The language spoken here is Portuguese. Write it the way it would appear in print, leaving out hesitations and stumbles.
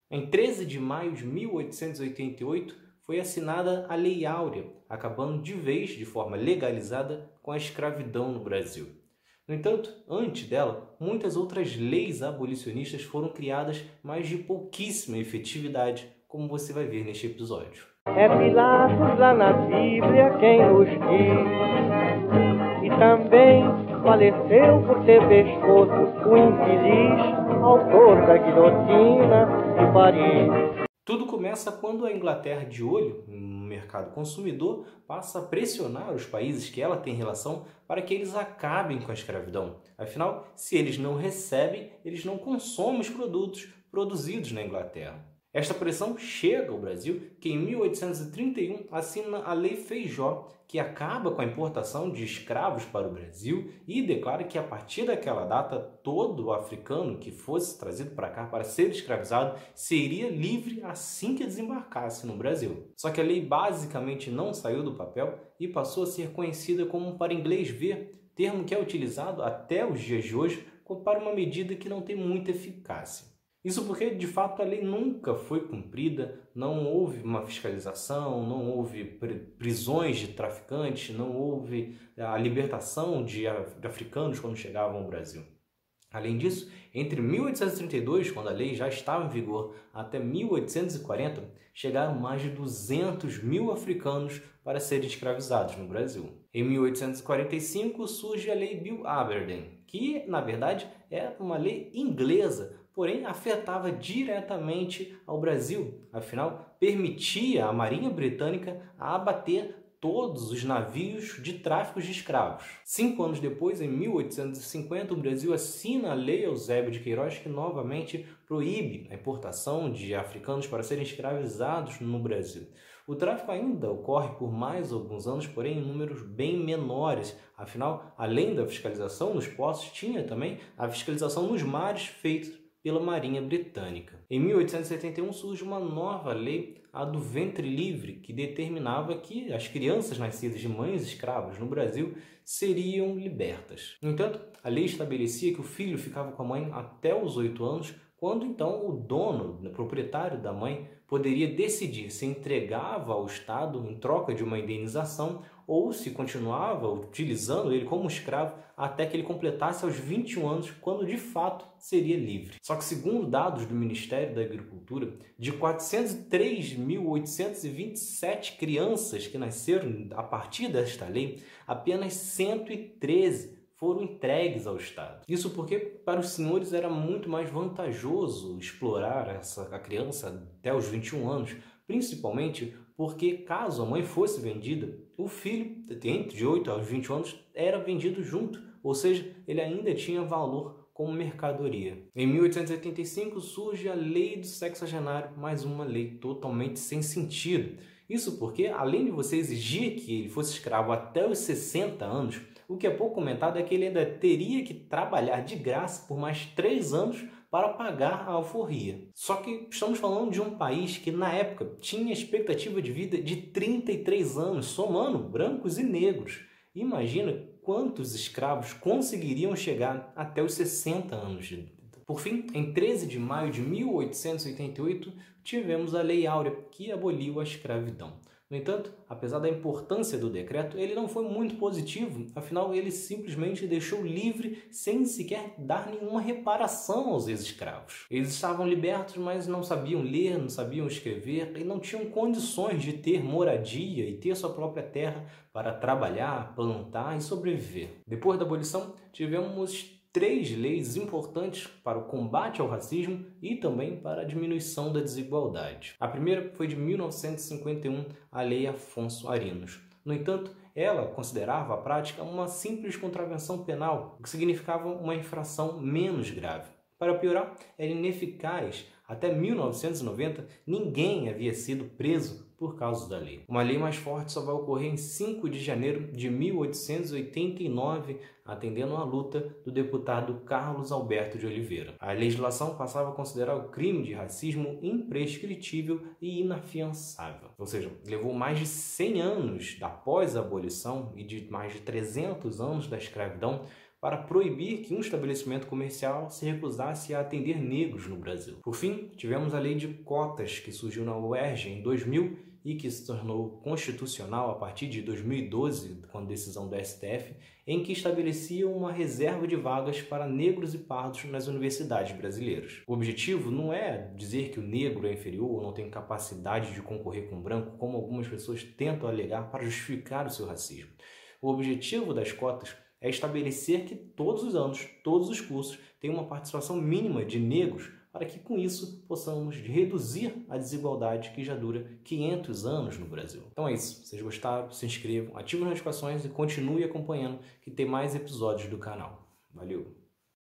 Em 13 de maio de 1888, foi assinada a Lei Áurea, acabando de vez, de forma legalizada, com a escravidão no Brasil. No entanto, antes dela, muitas outras leis abolicionistas foram criadas, mas de pouquíssima efetividade, como você vai ver neste episódio. É Pilatos lá na Bíblia quem nos diz, e também faleceu por ter pescoço o infeliz autor da guilhotina de Paris. Tudo começa quando a Inglaterra, de olho no mercado consumidor, passa a pressionar os países que ela tem relação para que eles acabem com a escravidão. Afinal, se eles não recebem, eles não consomem os produtos produzidos na Inglaterra. Esta pressão chega ao Brasil, que em 1831 assina a Lei Feijó, que acaba com a importação de escravos para o Brasil e declara que a partir daquela data todo africano que fosse trazido para cá para ser escravizado seria livre assim que desembarcasse no Brasil. Só que a lei basicamente não saiu do papel e passou a ser conhecida como para inglês ver, termo que é utilizado até os dias de hoje para uma medida que não tem muita eficácia. Isso porque, de fato, a lei nunca foi cumprida, não houve uma fiscalização, não houve prisões de traficantes, não houve a libertação de africanos quando chegavam ao Brasil. Além disso, entre 1832, quando a lei já estava em vigor, até 1840, chegaram mais de 200 mil africanos para serem escravizados no Brasil. Em 1845 surge a Lei Bill Aberdeen, que, na verdade, é uma lei inglesa, porém afetava diretamente ao Brasil. Afinal, permitia à Marinha Britânica abater todos os navios de tráfico de escravos. 5 anos depois, em 1850, o Brasil assina a Lei Eusébio de Queiroz, que novamente proíbe a importação de africanos para serem escravizados no Brasil. O tráfico ainda ocorre por mais alguns anos, porém em números bem menores. Afinal, além da fiscalização nos portos, tinha também a fiscalização nos mares feita pela Marinha Britânica. Em 1871 surge uma nova lei, a do ventre livre, que determinava que as crianças nascidas de mães escravas no Brasil seriam libertas. No entanto, a lei estabelecia que o filho ficava com a mãe até os 8 anos, quando então o dono, o proprietário da mãe, poderia decidir se entregava ao Estado em troca de uma indenização ou se continuava utilizando ele como escravo até que ele completasse aos 21 anos, quando de fato seria livre. Só que, segundo dados do Ministério da Agricultura, de 403.827 crianças que nasceram a partir desta lei, apenas 113 foram entregues ao Estado. Isso porque para os senhores era muito mais vantajoso explorar a criança até os 21 anos, principalmente porque caso a mãe fosse vendida, o filho, entre 8 aos 20 anos, era vendido junto, ou seja, ele ainda tinha valor como mercadoria. Em 1885 surge a Lei do Sexagenário, mais uma lei totalmente sem sentido. Isso porque, além de você exigir que ele fosse escravo até os 60 anos, o que é pouco comentado é que ele ainda teria que trabalhar de graça por mais 3 anos para pagar a alforria. Só que estamos falando de um país que, na época, tinha expectativa de vida de 33 anos, somando brancos e negros. Imagina quantos escravos conseguiriam chegar até os 60 anos de vida. Por fim, em 13 de maio de 1888, tivemos a Lei Áurea, que aboliu a escravidão. No entanto, apesar da importância do decreto, ele não foi muito positivo, afinal ele simplesmente deixou livre sem sequer dar nenhuma reparação aos ex-escravos. Eles estavam libertos, mas não sabiam ler, não sabiam escrever e não tinham condições de ter moradia e ter sua própria terra para trabalhar, plantar e sobreviver. Depois da abolição, tivemos 3 leis importantes para o combate ao racismo e também para a diminuição da desigualdade. A primeira foi de 1951, a Lei Afonso Arinos. No entanto, ela considerava a prática uma simples contravenção penal, o que significava uma infração menos grave. Para piorar, era ineficaz. Até 1990, ninguém havia sido preso por causa da lei. Uma lei mais forte só vai ocorrer em 5 de janeiro de 1889, atendendo à luta do deputado Carlos Alberto de Oliveira. A legislação passava a considerar o crime de racismo imprescritível e inafiançável. Ou seja, levou mais de 100 anos após a abolição e de mais de 300 anos da escravidão para proibir que um estabelecimento comercial se recusasse a atender negros no Brasil. Por fim, tivemos a lei de cotas, que surgiu na UERJ em 2000 e que se tornou constitucional a partir de 2012, com a decisão do STF, em que estabelecia uma reserva de vagas para negros e pardos nas universidades brasileiras. O objetivo não é dizer que o negro é inferior ou não tem capacidade de concorrer com o branco, como algumas pessoas tentam alegar para justificar o seu racismo. O objetivo das cotas é estabelecer que todos os anos, todos os cursos, tenham uma participação mínima de negros para que com isso possamos reduzir a desigualdade que já dura 500 anos no Brasil. Então é isso. Se vocês gostaram, se inscrevam, ativem as notificações e continue acompanhando que tem mais episódios do canal. Valeu!